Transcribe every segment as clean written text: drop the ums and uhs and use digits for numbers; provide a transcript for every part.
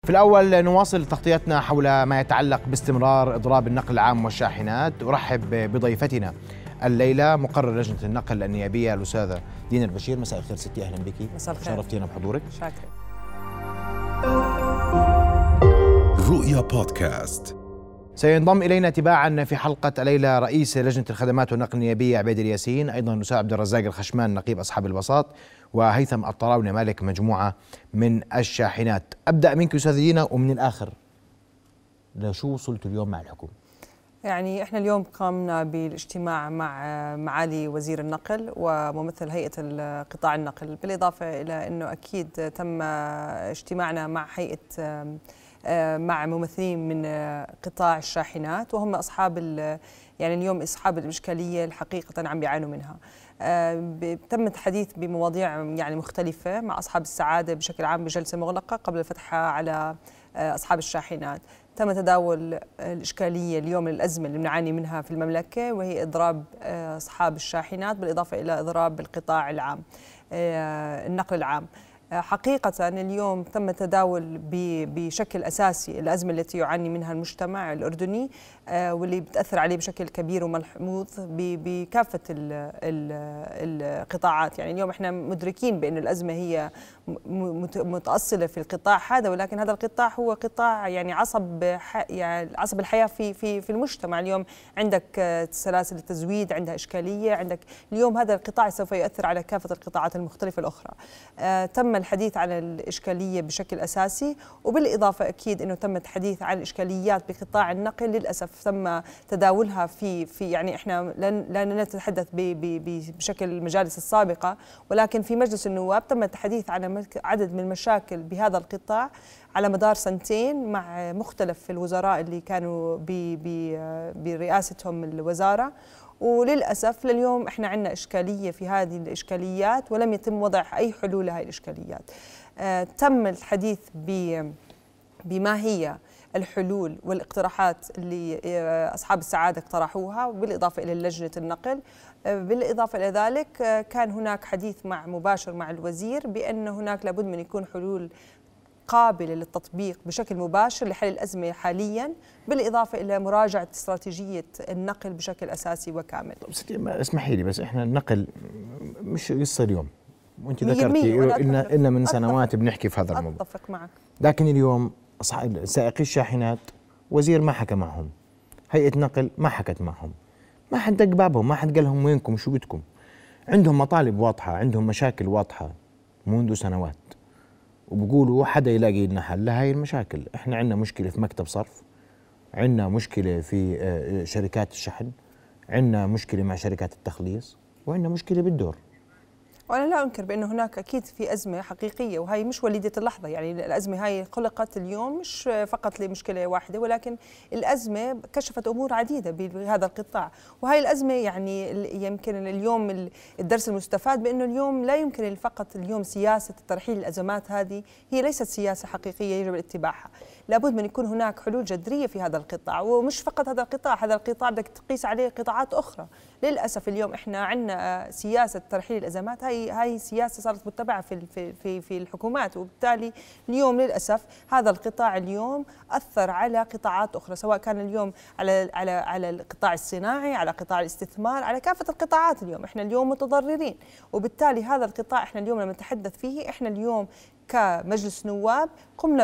في الأول نواصل تغطيتنا حول ما يتعلق باستمرار إضراب النقل العام والشاحنات. أرحب بضيفتنا الليلة مقرر لجنة النقل النيابية الأستاذة دينا البشير. مساء الخير ستي، أهلا بك. مساء الخير، شرفتينا بحضورك. شاكر. رؤيا بودكاست. سينضم إلينا تباعا في حلقة الليلة رئيس لجنة الخدمات والنقل النيابية عبيد الياسين، أيضا الأستاذ عبد الرزاق الخشمان نقيب أصحاب البساط، وهيثم الطراونة مالك مجموعة من الشاحنات. أبدأ منك أستاذ دينا ومن الآخر، لشو وصلتوا اليوم مع الحكومة؟ يعني احنا اليوم قامنا بالاجتماع مع معالي وزير النقل وممثل هيئة قطاع النقل، بالإضافة إلى أنه أكيد تم اجتماعنا مع مع ممثلين من قطاع الشاحنات، وهم أصحاب يعني اليوم أصحاب الإشكالية الحقيقة عم بيعانوا منها. تم الحديث بمواضيع يعني مختلفة مع أصحاب السعادة بشكل عام بجلسة مغلقة قبل فتحها على أصحاب الشاحنات. تم تداول الإشكالية اليوم، الأزمة اللي بنعاني منها في المملكة، وهي إضراب أصحاب الشاحنات بالإضافة إلى إضراب القطاع العام، النقل العام. حقيقة اليوم تم التداول بشكل أساسي الأزمة التي يعاني منها المجتمع الأردني، واللي بتأثر عليه بشكل كبير وملحوظ بكافة القطاعات. يعني اليوم احنا مدركين بأن الأزمة هي متأصلة في القطاع هذا، ولكن هذا القطاع هو قطاع يعني عصب الحياة في المجتمع. اليوم عندك سلاسل التزويد عندها إشكالية، عندك اليوم هذا القطاع سوف يؤثر على كافة القطاعات المختلفة الأخرى. تم الحديث عن الإشكالية بشكل أساسي، وبالإضافة أكيد أنه تم الحديث عن الإشكاليات بقطاع النقل. للأسف تم تداولها في يعني إحنا لن نتحدث بشكل المجالس السابقة، ولكن في مجلس النواب تم الحديث عن عدد من المشاكل بهذا القطاع على مدار سنتين مع مختلف الوزراء اللي كانوا برئاستهم الوزارة. وللأسف لليوم إحنا عندنا إشكالية في هذه الإشكاليات، ولم يتم وضع أي حلول لهذه الإشكاليات. تم الحديث بما هي الحلول والاقتراحات اللي أصحاب السعادة اقترحوها، وبالإضافة إلى لجنة النقل. بالإضافة إلى ذلك كان هناك حديث مباشر مع الوزير بأن هناك لابد من يكون حلول قابلة للتطبيق بشكل مباشر لحل الأزمة حاليا، بالإضافة إلى مراجعة استراتيجية النقل بشكل أساسي وكامل. اسمحي لي بس، إحنا النقل مش قصة اليوم، وأنت ذكرتي إن من سنوات بنحكي في هذا الموضوع. أتفق معك. لكن اليوم سائقي الشاحنات وزير ما حكى معهم، هيئة نقل ما حكت معهم، ما حد دق بابهم، ما حد قال لهم وينكم شو بدكم. عندهم مطالب واضحة، عندهم مشاكل واضحة منذ سنوات، وبقولوا حدا يلاقي لنا حل لهي المشاكل. احنا عندنا مشكلة في مكتب صرف، عندنا مشكلة في شركات الشحن، عندنا مشكلة مع شركات التخليص، وعندنا مشكلة بالدور. وأنا لا أنكر بأن هناك أكيد في أزمة حقيقية، وهي مش وليدة اللحظة. يعني الأزمة هاي خلقت اليوم مش فقط لمشكلة واحدة، ولكن الأزمة كشفت أمور عديدة بهذا القطاع. وهي الأزمة يعني يمكن اليوم الدرس المستفاد بأنه اليوم لا يمكن فقط اليوم سياسة ترحيل الأزمات، هذه هي ليست سياسة حقيقية يجب اتباعها. لابد من يكون هناك حلول جذرية في هذا القطاع، ومش فقط هذا القطاع، هذا القطاع بدك تقيس عليه قطاعات أخرى. للأسف اليوم إحنا عندنا سياسة ترحيل الأزمات، هاي سياسة صارت متبعة في الحكومات، وبالتالي اليوم للأسف هذا القطاع اليوم أثر على قطاعات أخرى، سواء كان اليوم على القطاع الصناعي، على قطاع الاستثمار، على كافة القطاعات. اليوم إحنا اليوم متضررين، وبالتالي هذا القطاع إحنا اليوم لما نتحدث فيه، إحنا اليوم كمجلس نواب قمنا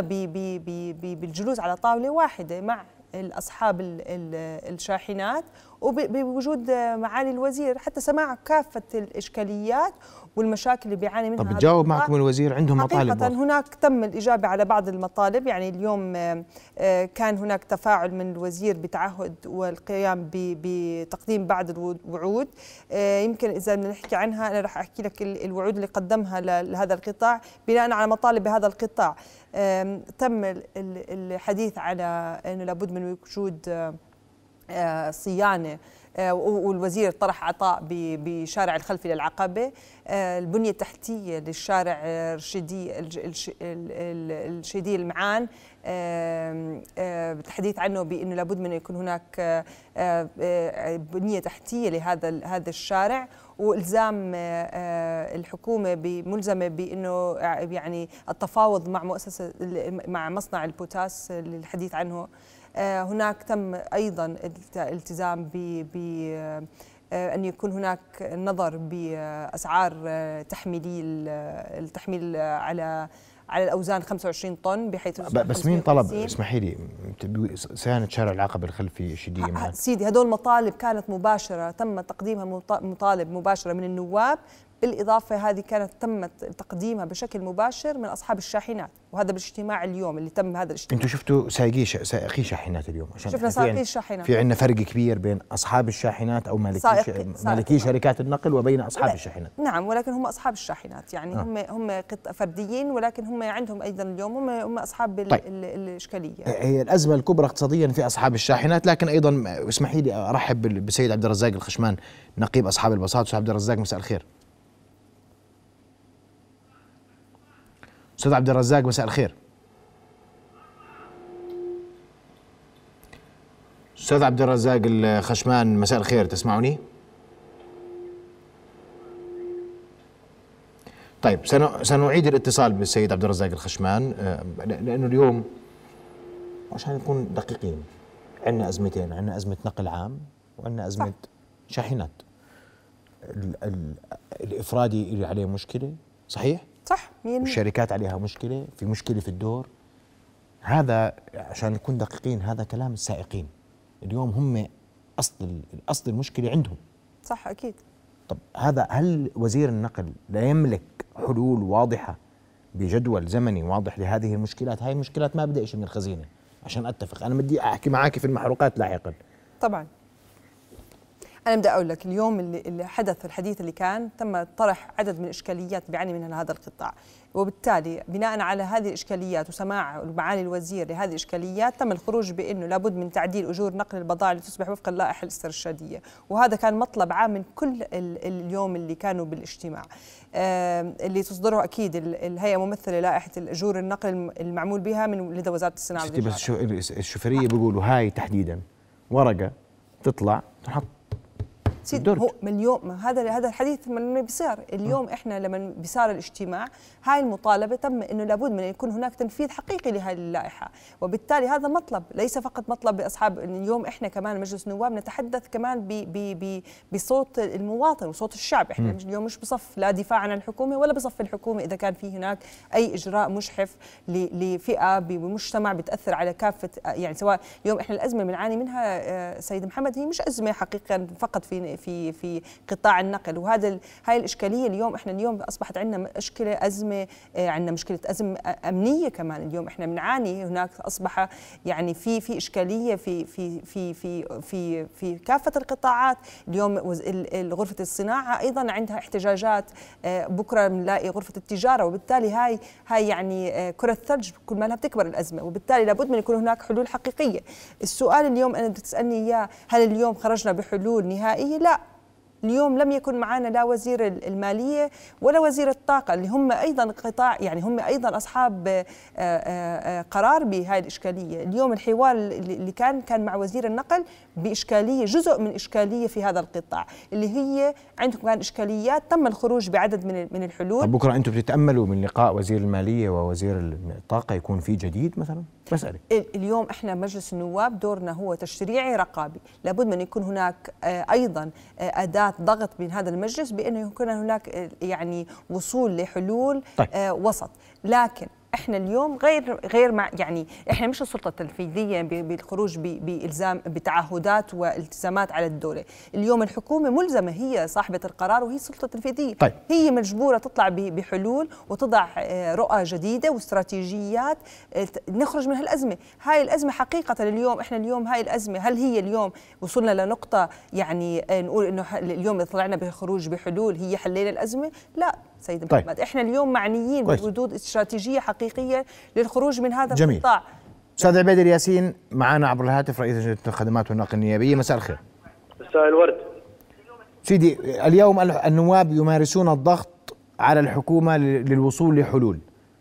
بالجلوس على طاولة واحدة مع أصحاب الشاحنات، وبوجود معالي الوزير حتى سماع كافة الإشكاليات والمشاكل اللي بيعاني منها. طب بتجاوب معكم الوزير؟ عندهم مطالب حقيقة هناك تم الإجابة على بعض المطالب. يعني اليوم كان هناك تفاعل من الوزير بتعهد والقيام بتقديم بعض الوعود. يمكن إذا بدنا نحكي عنها أنا رح أحكي لك الوعود اللي قدمها لهذا القطاع بناء على مطالب هذا القطاع. تم الحديث على أنه لابد من وجود صيانة، والوزير طرح عطاء بشارع الخلفي للعقبة، البنية التحتية للشارع الشيدي المعان، بالتحديث عنه بأنه لابد من يكون هناك بنية تحتية لهذا الشارع، والزام الحكومه ملزمه بانه يعني التفاوض مع مؤسسه مع مصنع البوتاس الحديث عنه. هناك تم ايضا الالتزام ب أن يكون هناك نظر بأسعار التحميل على الأوزان 25 طن بحيث بس مين طلب؟ اسمحي لي، صيانة شارع العقبة الخلفي شديدة سيدي، هدول مطالب كانت مباشرة تم تقديمها، مطالب مباشرة من النواب، بالإضافة هذه كانت تم تقديمها بشكل مباشر من أصحاب الشاحنات، وهذا بالاجتماع اليوم اللي تم هذا الاجتماع. أنتوا شفتوا سائقي شاحنات اليوم؟ عشان شفنا سائقي الشاحنات. في عندنا فرق كبير بين أصحاب الشاحنات أو مالكي شركات النقل وبين أصحاب الشاحنات. نعم، ولكن هم أصحاب الشاحنات، يعني هم فرديين، ولكن هم عندهم أيضا اليوم هم أصحاب الإشكالية. هي الأزمة الكبرى اقتصاديا في أصحاب الشاحنات، لكن أيضا اسمحي لي أرحب بالسيد عبد الرزاق الخشمان، نقيب أصحاب الباصات. أستاذ عبد الرزاق، مساء الخير. أستاذ عبد الرزاق، مساء الخير. أستاذ عبد الرزاق الخشمان، مساء الخير، تسمعني؟ طيب، سنعيد الاتصال بالسيد عبد الرزاق الخشمان، لأنه اليوم عشان نكون دقيقين عندنا أزمتين، عندنا أزمة نقل عام وعندنا أزمة شاحنات. الإفرادي اللي عليه مشكلة، صحيح؟ صح. والشركات عليها مشكلة، في مشكلة في الدور. هذا عشان نكون دقيقين هذا كلام السائقين. اليوم هم أصل المشكلة عندهم. صح، أكيد. طب هل وزير النقل لا يملك حلول واضحة بجدول زمني واضح لهذه المشكلات؟ هاي المشكلات ما بدأ شيء من الخزينة عشان أتفق. أنا بدي أحكي معاك في المحروقات لاحقا. طبعا أنا بدي أقول لك اليوم اللي حدث، الحديث اللي كان تم طرح عدد من الإشكاليات بيعاني منها هذا القطاع، وبالتالي بناء على هذه الإشكاليات وسماع معالي الوزير لهذه الإشكاليات تم الخروج بأنه لابد من تعديل أجور نقل البضائع لتصبح وفق اللائحة الاسترشادية، وهذا كان مطلب عام من كل اليوم اللي كانوا بالاجتماع اللي تصدره أكيد الهيئة ممثلة لائحة الأجور النقل المعمول بها من لدى وزارة الصناعة والتجارة. بس الشوفيرية بيقولوا هاي تحديدا ورقة تطلع تنحط هو اليوم هذا الحديث من بيصير اليوم. احنا لما بيصير الاجتماع هاي المطالبه تم انه لابد من يكون هناك تنفيذ حقيقي لهذه اللائحه، وبالتالي هذا مطلب ليس فقط مطلب لاصحاب اليوم. احنا كمان مجلس النواب نتحدث كمان بصوت المواطن وصوت الشعب. احنا اليوم مش بصف لا دفاع عن الحكومه ولا بصف الحكومه اذا كان في هناك اي اجراء مشحف لفئه بمجتمع بتاثر على كافه، يعني سواء اليوم احنا الازمه اللي بنعاني منها سيد محمد هي مش ازمه حقيقه فقط في قطاع النقل، هاي الاشكاليه اليوم. احنا اليوم اصبحت عندنا ازمه، عندنا مشكله ازمه امنيه كمان. اليوم احنا بنعاني، هناك اصبح يعني في اشكاليه في كافه القطاعات. اليوم غرفه الصناعه ايضا عندها احتجاجات، بكره بنلاقي غرفه التجاره، وبالتالي هاي يعني كره ثلج كل ما لها بتكبر الازمه، وبالتالي لابد من يكون هناك حلول حقيقيه. السؤال اليوم انا بتسالني اياه، هل اليوم خرجنا بحلول نهائيه؟ لا، اليوم لم يكن معنا لا وزير المالية ولا وزير الطاقة اللي هم أيضا قطاع، يعني هم أيضا أصحاب قرار بهذه الإشكالية. اليوم الحوار اللي كان مع وزير النقل بإشكالية، جزء من إشكالية في هذا القطاع اللي هي عندكم كان إشكاليات تم الخروج بعدد من الحلول. طب بكرة أنتم بتتأملوا من لقاء وزير المالية ووزير الطاقة يكون في جديد مثلا؟ بسألك. اليوم احنا مجلس النواب دورنا هو تشريعي رقابي، لابد من يكون هناك ايضا اداه ضغط من هذا المجلس بانه يكون هناك يعني وصول لحلول وسط. لكن احنا اليوم غير مع، يعني احنا مش السلطه التنفيذيه بالخروج بالزام بتعهدات والتزامات على الدوله. اليوم الحكومه ملزمه، هي صاحبه القرار وهي السلطه التنفيذيه. طيب. هي مجبوره تطلع بحلول وتضع رؤى جديده واستراتيجيات نخرج من هالازمه. هاي الازمه حقيقه اليوم احنا اليوم هاي الازمه، هل هي اليوم وصلنا لنقطه يعني نقول انه اليوم طلعنا بخروج بحلول هي حلينا الازمه؟ لا سيد محمد. طيب. احنا اليوم معنيين بوجود استراتيجيه حقيقيه للخروج من هذا القطاع. استاذ عبيد الياسين معنا عبر الهاتف، رئيس لجنه الخدمات والنقل النيابيه. مساء الخير. مساء الورد. سيدي، اليوم النواب يمارسون الضغط على الحكومه للوصول لحلول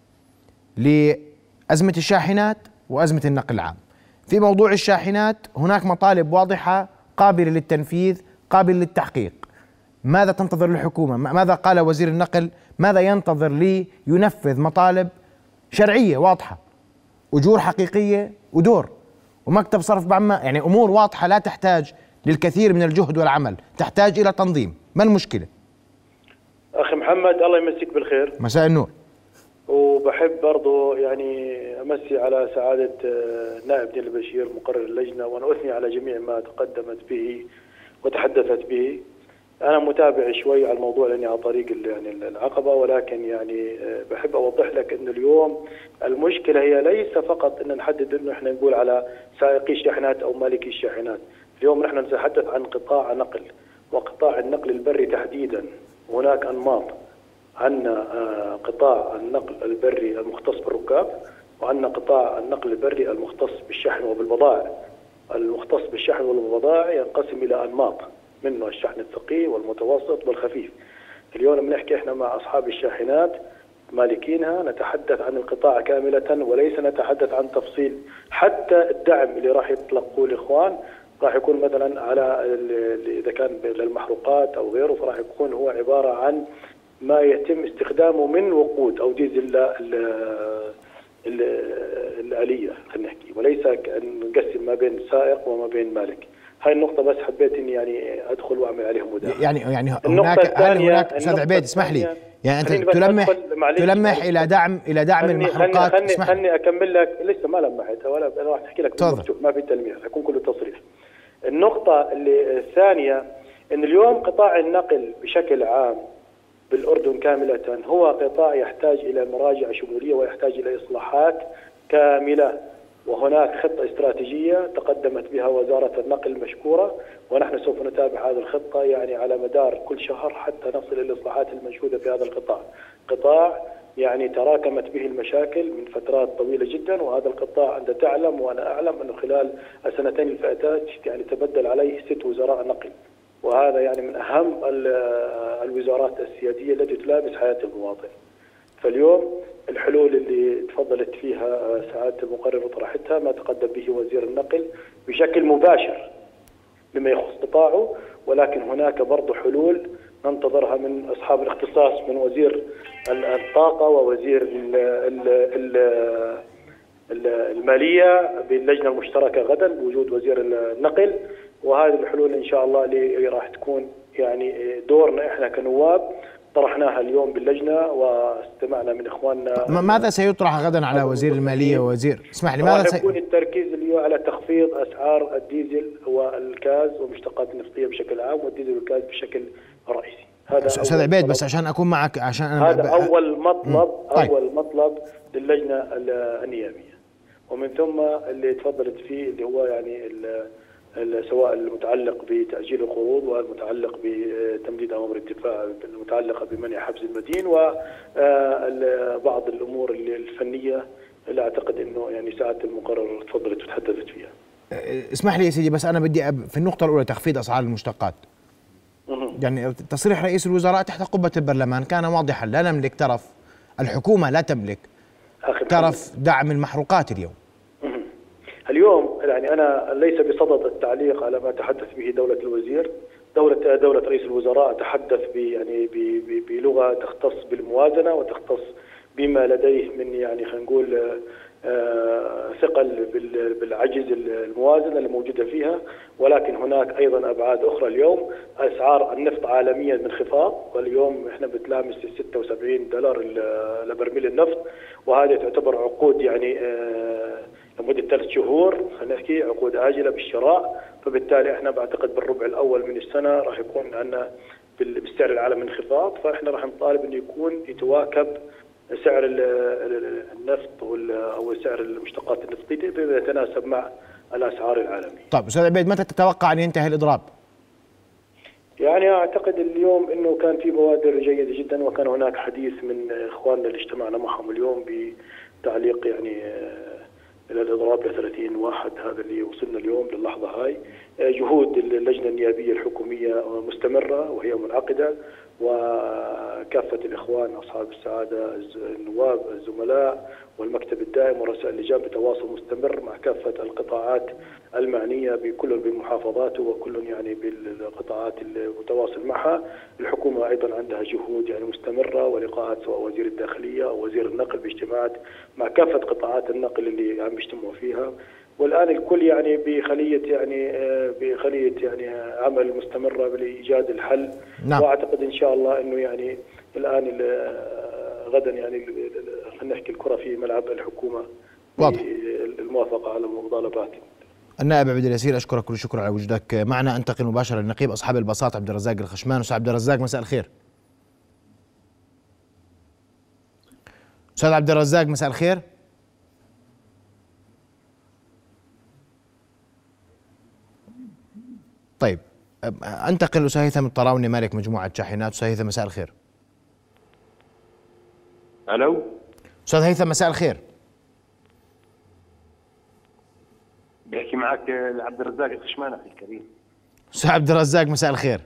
لازمه الشاحنات وازمه النقل العام. في موضوع الشاحنات هناك مطالب واضحه قابله للتنفيذ قابله للتحقيق. ماذا تنتظر الحكومة؟ ماذا قال وزير النقل؟ ماذا ينتظر لينفذ مطالب شرعية واضحة، أجور حقيقية ودور، ومكتب صرف بعمان، يعني أمور واضحة لا تحتاج للكثير من الجهد والعمل، تحتاج إلى تنظيم. ما المشكلة؟ أخي محمد الله يمسيك بالخير. مساء النور. وبحب برضو يعني أمسي على سعادة نائب دين البشير مقرر اللجنة، وأنا أثني على جميع ما تقدمت به وتحدثت به. أنا متابع شوي على الموضوع لأني على طريق يعني العقبة، ولكن يعني بحب أوضح لك أن اليوم المشكلة هي ليس فقط أن نحدد أنه إحنا نقول على سائقي الشاحنات أو مالكي الشاحنات. اليوم نحن نتحدث عن قطاع نقل، وقطاع النقل البري تحديدا. هناك أنماط، عندنا قطاع النقل البري المختص بالركاب، وعندنا قطاع النقل البري المختص بالشحن وبالبضائع. المختص بالشحن والبضائع ينقسم إلى أنماط، منه الشحن الثقيل والمتوسط والخفيف. اليوم بنحكي احنا مع أصحاب الشاحنات مالكينها، نتحدث عن القطاع كاملة وليس نتحدث عن تفصيل. حتى الدعم اللي راح يطلقوه الإخوان راح يكون مثلا على إذا كان للمحروقات أو غيره، فراح يكون هو عبارة عن ما يتم استخدامه من وقود أو ديزل الآلية، خلينا نحكي، وليس نقسم ما بين سائق وما بين مالك. هاي النقطة بس حبيت إني يعني أدخل وأعمل عليها مداخلة. يعني هناك أستاذ عبيد اسمح لي، يعني أنت تلمح إلى دعم المحروقات. خلني أكمل لك، لسه ما لمحتها ولا أنا راح أحكي لك ما في تلميح، يكون كله تصريح. النقطة الثانية إن اليوم قطاع النقل بشكل عام بالأردن كاملة هو قطاع يحتاج إلى مراجعة شمولية ويحتاج إلى إصلاحات كاملة، وهناك خطة استراتيجية تقدمت بها وزارة النقل المشكورة، ونحن سوف نتابع هذه الخطة يعني على مدار كل شهر حتى نصل إلى الإصلاحات المنشودة في هذا القطاع. قطاع يعني تراكمت به المشاكل من فترات طويلة جدا، وهذا القطاع أنت تعلم وأنا أعلم أنه خلال السنتين الفاتات يعني تبدل عليه 6 وزراء نقل، وهذا يعني من أهم الوزارات السيادية التي تلامس حياة المواطن. فاليوم الحلول اللي تفضلت فيها سعادة المقرر وطرحتها ما تقدم به وزير النقل بشكل مباشر بما يخص قطاعه، ولكن هناك برضو حلول ننتظرها من أصحاب الاختصاص من وزير الطاقة ووزير المالية باللجنة المشتركة غدا بوجود وزير النقل، وهذه الحلول إن شاء الله اللي راح تكون يعني دورنا إحنا كنواب طرحناها اليوم باللجنة واستمعنا من إخواننا. ماذا سيطرح غدا على وزير المالية ووزير؟ اسمح لي، ماذا سيكون التركيز اليوم على تخفيض أسعار الديزل والغاز والمشتقات النفطية بشكل عام، والديزل والغاز بشكل رئيسي. هذا أستاذ عبيد بس عشان أكون معك، عشان أنا هذا أول مطلب. طيب. أول مطلب للجنة النيابية، ومن ثم اللي تفضلت فيه اللي هو يعني سواء المتعلق بتأجيل القروض والمتعلق بتمديد أوامر الدفاع المتعلقة بمنع حبس المدين وبعض الأمور الفنية اللي أعتقد أنه يعني سعادة المقرر تفضلت وتحدثت فيها. اسمح لي يا سيدي، بس أنا بدي في النقطة الأولى تخفيض أسعار المشتقات. يعني تصريح رئيس الوزراء تحت قبة البرلمان كان واضحا، لا نملك طرف، الحكومة لا تملك طرف دعم المحروقات اليوم يعني أنا ليس بصدد التعليق على ما تحدث به دولة الوزير. دولة رئيس الوزراء تحدث يعني بلغة تختص بالموازنة وتختص بما لديه من يعني خلينا نقول ثقل بالعجز الموازنة اللي موجودة فيها، ولكن هناك أيضا أبعاد أخرى. اليوم أسعار النفط عالميا منخفاض، واليوم إحنا بتلامس $76 لبرميل النفط، وهذه تعتبر عقود يعني لمدة 3 شهور، خلينا نحكي عقود آجلة بالشراء. فبالتالي احنا بعتقد بالربع الأول من السنة راح يكون عندنا بالسعر العالمي انخفاض، فاحنا راح نطالب انه يتواكب سعر النفط او سعر المشتقات النفطية بما يتناسب مع الأسعار العالمية. طيب أستاذ عبيد، متى تتوقع أن ينتهي الإضراب؟ يعني أعتقد اليوم أنه كان في بوادر جيدة جدا، وكان هناك حديث من إخواننا اللي اجتمعنا معهم اليوم بتعليق يعني إلى الإضراب ل30/1. هذا اللي وصلنا اليوم للحظة هاي. جهود اللجنة النيابية الحكومية مستمرة وهي منعقدة، وكافة الإخوان أصحاب السعادة النواب الزملاء والمكتب الدائم ورؤساء اللجان بتواصل مستمر مع كافة القطاعات المعنية بكل بمحافظاته وكل يعني بالقطاعات المتواصل معها. الحكومة أيضا عندها جهود يعني مستمرة ولقاءات سواء وزير الداخلية أو وزير النقل باجتماعات مع كافة قطاعات النقل اللي عم يجتمعوا فيها. والآن الكل يعني بخلية يعني عمل مستمرة لإيجاد الحل. نعم. وأعتقد إن شاء الله إنه يعني الآن غدا يعني خلينا نحكي الكرة في ملعب الحكومة. واضح. الموافقة على المطالبات. النائب عبد اليسير أشكرك كل الشكر على وجودك معنا. أنتقل مباشرة للنقيب أصحاب البساط عبد الرزاق الخشمان. أستاذ عبد الرزاق مساء الخير. أستاذ عبد الرزاق مساء الخير. طيب انتقل لأستاذ هيثم الطراوني مالك مجموعة شاحنات. أستاذ هيثم مساء الخير. الو أستاذ هيثم مساء الخير. بيحكي معك عبد الرزاق الخشمان اخي الكريم. أستاذ عبد الرزاق مساء الخير.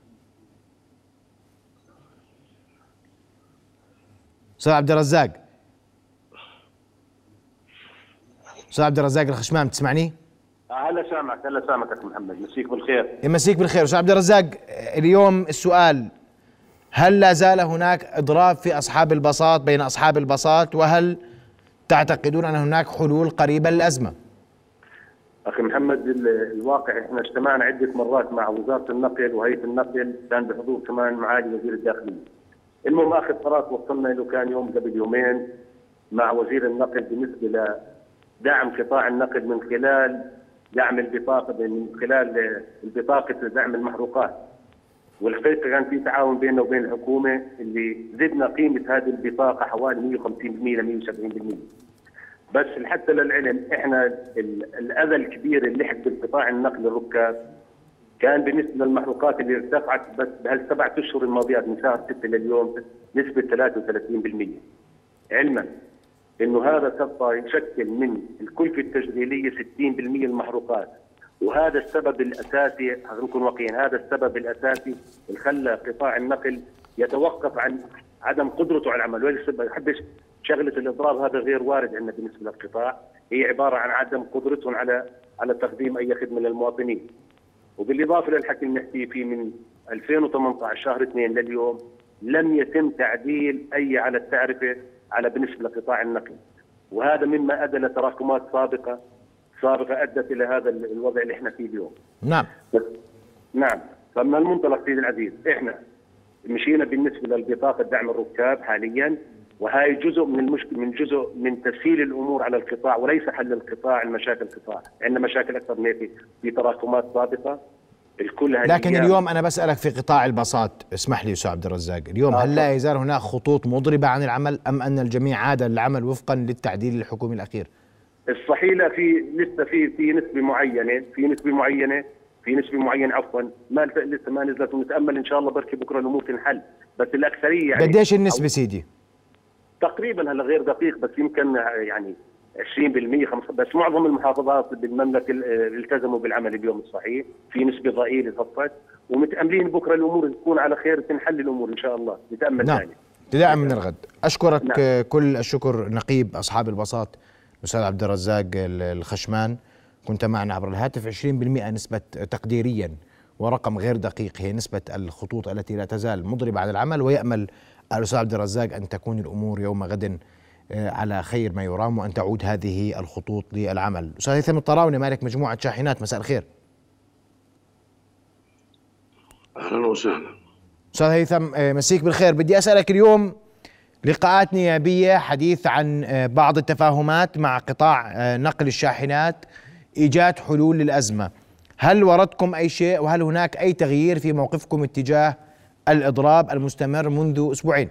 أستاذ عبد الرزاق. أستاذ عبد الرزاق الخشمان بتسمعني؟ هلا سامعك اخي محمد، مسيك بالخير. يمسيك بالخير. أستاذ عبد الرزاق، اليوم السؤال: هل لا زال هناك إضراب في أصحاب البساط بين أصحاب البساط، وهل تعتقدون أن هناك حلول قريبة للأزمة؟ اخي محمد، الواقع احنا اجتمعنا عده مرات مع وزاره النقل وهيئه النقل، كان بحضور كمان معالي وزير الداخليه. المهم اخر قرار وصلنا له كان يوم قبل يومين مع وزير النقل بالنسبه لدعم قطاع النقل من خلال دعم البطاقه، من خلال البطاقه دعم المحروقات. والحقيقه كان في تعاون بيننا وبين الحكومه اللي زدنا قيمه هذه البطاقه حوالي 150% ل 170%. بس حتى للعلم احنا الاذى الكبير اللي لحق بالقطاع النقل الركاب كان بالنسبه للمحروقات اللي ارتفعت بس بهال7 اشهر الماضيات من شهر 6 لليوم نسبه 33%. علما انه هذا سوف يشكل من الكلفه التشغيليه 60% المحروقات، وهذا السبب الاساسي، نكون واقعيين، هذا السبب الاساسي اللي خلى قطاع النقل يتوقف عن عدم قدرته على العمل. وليس حدش شغله الاضراب، هذا غير وارد عندنا بالنسبه للقطاع، هي عباره عن عدم قدرتهم على تقديم اي خدمه للمواطنين. وبالاضافه للحكي اللي نحكي فيه من 2018 شهر 2 لليوم لم يتم تعديل اي على التعرفه على بالنسبه لقطاع النقل، وهذا مما ادى لتراكمات سابقه ادت الى هذا الوضع اللي احنا فيه اليوم. نعم. نعم. فمن المنطلق سيدي العزيز احنا مشينا بالنسبه للبطاقه دعم الركاب حاليا، وهي جزء من تسهيل الامور على القطاع وليس حل القطاع المشاكل القطاع، عندنا مشاكل اكثر من هيك في تراكمات سابقه الكل. لكن اليوم انا بسالك في قطاع البساط، اسمح لي استاذ عبد الرزاق، اليوم هل لا يزال هناك خطوط مضربه عن العمل ام ان الجميع عاد للعمل وفقا للتعديل الحكومي الاخير؟ الصحيح لسه في نسبه معينه عفوا لسه ما نزلت، ونتامل ان شاء الله بركي بكره الامور تنحل، بس الاكثريه يعني قديش النسبه سيدي؟ تقريبا هلا غير دقيق، بس يمكن يعني 20% 5%، بس معظم المحافظات بالمملكه التزموا بالعمل اليوم الصحيح، في نسبه ضئيله صفت، ومتاملين بكره الامور تكون على خير، تنحل الامور ان شاء الله، نتامل نعم. ثاني ابتداء من الغد. اشكرك. نعم. كل الشكر نقيب اصحاب البساط الاستاذ عبد الرزاق الخشمان، كنت معنا عبر الهاتف. 20% نسبه تقديريا ورقم غير دقيق هي نسبه الخطوط التي لا تزال مضربه على العمل، ويامل الاستاذ عبد الرزاق ان تكون الامور يوم غد على خير ما يرام، وان تعود هذه الخطوط للعمل. استاذ هيثم الطراوني مالك مجموعه شاحنات، مساء الخير. اهلا وسهلا. استاذ هيثم مسيك بالخير. بدي اسالك اليوم لقاءات نيابيه، حديث عن بعض التفاهمات مع قطاع نقل الشاحنات، ايجاد حلول للازمه. هل وردكم اي شيء، وهل هناك اي تغيير في موقفكم اتجاه الاضراب المستمر منذ اسبوعين؟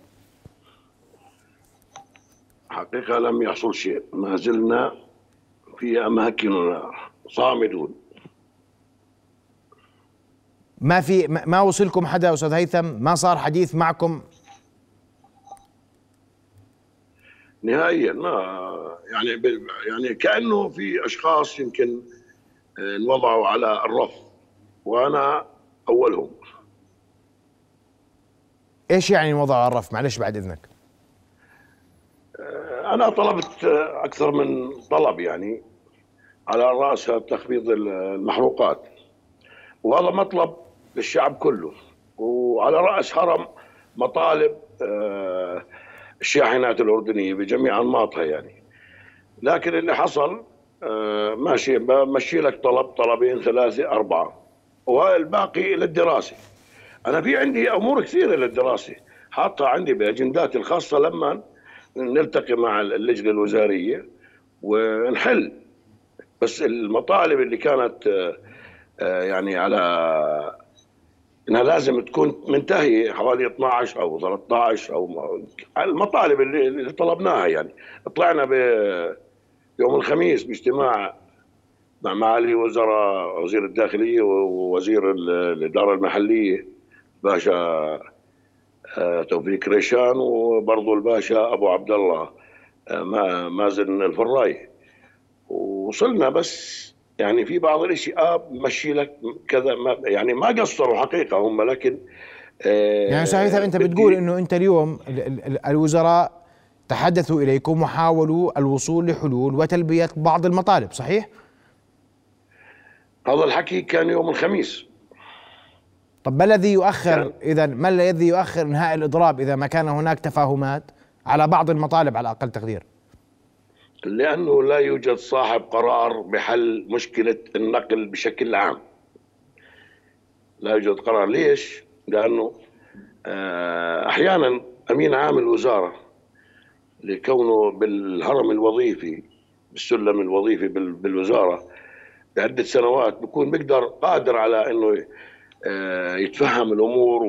حقيقة لم يحصل شيء، ما زلنا في أماكننا صامدون. ما وصلكم حدا أستاذ هيثم؟ ما صار حديث معكم نهائيا؟ ما يعني كأنه في أشخاص يمكن انوضعوا على الرف وأنا أولهم. ايش يعني وضع على الرف؟ معلش بعد اذنك. انا طلبت اكثر من طلب، يعني على راسها تخفيض المحروقات، وهذا مطلب للشعب كله، وعلى راس هرم مطالب الشاحنات الاردنيه بجميع انماطها يعني. لكن اللي حصل ماشي، بمشي لك طلب طلبين ثلاثه اربعه والباقي للدراسه. انا في عندي امور كثيره للدراسه حاطها عندي باجنداتي الخاصه لما نلتقي مع اللجنه الوزاريه ونحل. بس المطالب اللي كانت يعني على انها لازم تكون منتهيه حوالي 12 او 13 او المطالب اللي طلبناها يعني. طلعنا يوم الخميس باجتماع مع معالي وزراء وزير الداخليه ووزير الاداره المحليه باشا توفيق ريشان، وبرضه الباشا ابو عبد الله مازن الفراي. وصلنا بس يعني في بعض الاشياء مشي لك كذا، يعني ما قصروا حقيقه هم، لكن يعني استاذ هيثم انت بتقول انه انت اليوم الوزراء تحدثوا اليكم وحاولوا الوصول لحلول وتلبيه بعض المطالب، صحيح؟ هذا الحكي كان يوم الخميس. طب ما الذي يؤخر اذا؟ ما الذي يؤخر انهاء الاضراب اذا ما كان هناك تفاهمات على بعض المطالب على اقل تقدير؟ لانه لا يوجد صاحب قرار بحل مشكله النقل بشكل عام. لا يوجد قرار. ليش؟ لانه احيانا امين عام الوزاره لكونه بالهرم الوظيفي بالسلم الوظيفي بالوزاره بعده سنوات بيكون بيقدر قادر على انه يتفهم الامور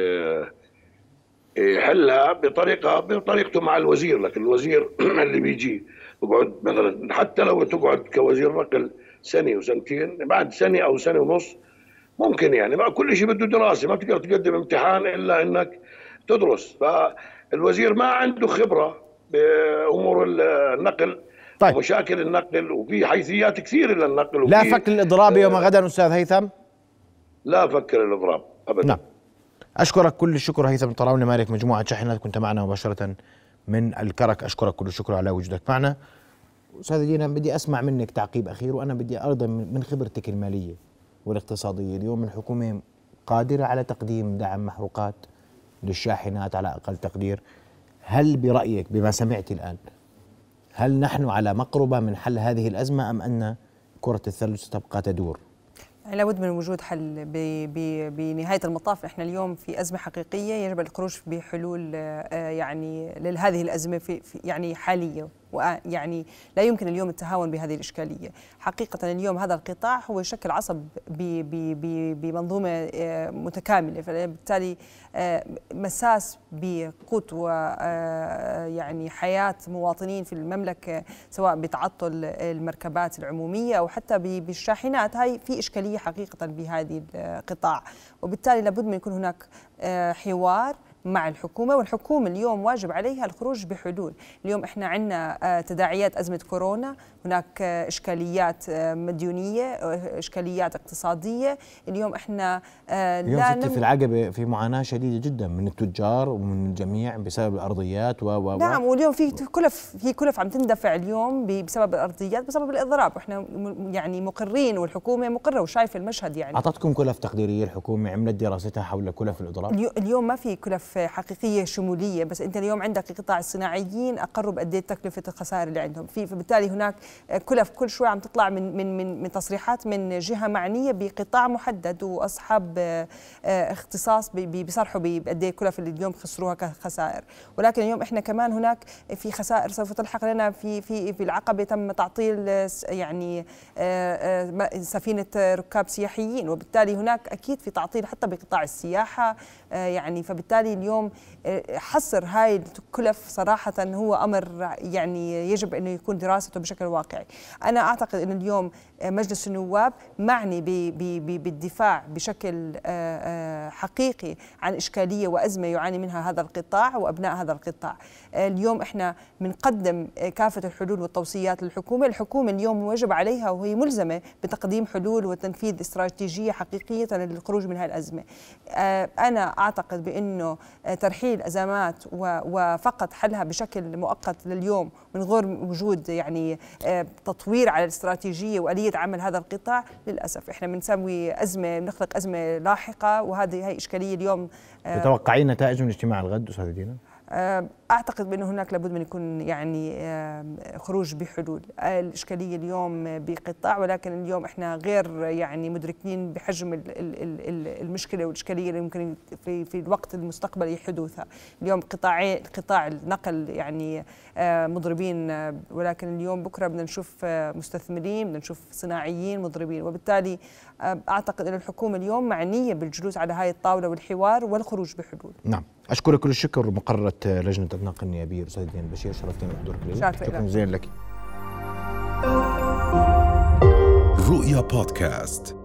ويحلها بطريقته مع الوزير. لكن الوزير اللي بيجي بقعد مثلا حتى لو تقعد كوزير نقل سنه وسنتين، بعد سنه او سنه ونص ممكن يعني ما كل شيء بده دراسه، ما تقدر تقدم امتحان الا انك تدرس. فالوزير ما عنده خبره بامور النقل. طيب. ومشاكل النقل، وفي حيثيات كثيره للنقل. لا فك الاضراب يوم غدا استاذ هيثم؟ لا فكر الاضراب ابدا. نعم. اشكرك كل الشكر هيثم الطراوني، مالك مجموعه شاحنات، كنت معنا مباشره من الكرك. اشكرك كل الشكر على وجودك معنا. استاذ دينا بدي اسمع منك تعقيب اخير، وانا بدي ايضا من خبرتك الماليه والاقتصاديه، اليوم الحكومه قادره على تقديم دعم محروقات للشاحنات على اقل تقدير. هل برايك بما سمعت الان هل نحن على مقربه من حل هذه الازمه ام ان كره الثلج ستبقى تدور؟ يعني لابد من وجود حل. بنهاية المطاف احنا اليوم في أزمة حقيقية يجب الخروج بحلول يعني لهذه الأزمة في يعني حالية، ويعني لا يمكن اليوم التهاون بهذه الإشكالية. حقيقة اليوم هذا القطاع هو يشكل عصب بمنظومة متكاملة، فبالتالي مساس بقوت ويعني حياة مواطنين في المملكة، سواء بتعطل المركبات العمومية أو حتى بالشاحنات. هاي في إشكالية حقيقة بهذه القطاع، وبالتالي لابد من يكون هناك حوار مع الحكومة، والحكومة اليوم واجب عليها الخروج بحلول. اليوم احنا عندنا تداعيات أزمة كورونا، هناك إشكاليات مديونية، إشكاليات اقتصادية. اليوم احنا اليوم في العقبة في معاناة شديدة جدا من التجار ومن الجميع بسبب الأرضيات نعم، واليوم في كلف عم تندفع اليوم بسبب الأرضيات، بسبب الإضراب، واحنا يعني مقرين والحكومة مقرة وشايفة المشهد. يعني أعطتكم كلف تقديرية الحكومة؟ عملت دراستها حول كلف الإضراب؟ اليوم ما في كلف حقيقية شمولية، بس أنت اليوم عندك قطاع الصناعيين أقروا بقد ايه تكلفة الخسائر اللي عندهم فبالتالي هناك كلف كل شوي عم تطلع من تصريحات من جهة معنية بقطاع محدد وأصحاب اختصاص بيصرحوا بقد ايه كلف اللي اليوم خسروها كخسائر. ولكن اليوم احنا كمان هناك في خسائر سوف تلحق لنا في العقبة. تم تعطيل يعني سفينة ركاب سياحيين، وبالتالي هناك أكيد في تعطيل حتى بقطاع السياحة. يعني فبالتالي اليوم حصر هاي الكلف صراحة هو أمر يعني يجب أنه يكون دراسته بشكل واقعي. أنا أعتقد أن اليوم مجلس النواب معني بالدفاع بشكل حقيقي عن إشكالية وأزمة يعاني منها هذا القطاع وأبناء هذا القطاع. اليوم إحنا بنقدم كافة الحلول والتوصيات للحكومة. الحكومة اليوم واجب عليها وهي ملزمة بتقديم حلول وتنفيذ استراتيجية حقيقية للخروج من هذه الأزمة. أنا أعتقد بأنه ترحيل أزمات وفقط حلها بشكل مؤقت لليوم من غير وجود يعني تطوير على الاستراتيجية وآلية عمل هذا القطاع، للأسف إحنا بنسوي أزمة، بنخلق أزمة لاحقة، وهذه هي إشكالية اليوم. تتوقعين نتائج من اجتماع الغد أستاذة دينا؟ أعتقد بأنه هناك لابد من يكون يعني خروج بحلول. الإشكالية اليوم بقطاع، ولكن اليوم إحنا غير يعني مدركين بحجم المشكلة والإشكالية اللي ممكن في الوقت المستقبلي حدوثها. اليوم قطاع النقل يعني مضربين، ولكن اليوم بكرة بدنا نشوف مستثمرين، بدنا نشوف صناعيين مضربين، وبالتالي أعتقد أن الحكومة اليوم معنية بالجلوس على هاي الطاولة والحوار والخروج بحلول. نعم، أشكرك كل الشكر مقررة لجنة النقل النيابية الأستاذة دينا البشير، شرفتين بحضورك اليوم. شكرا جزيلا لك. رؤيا بودكاست.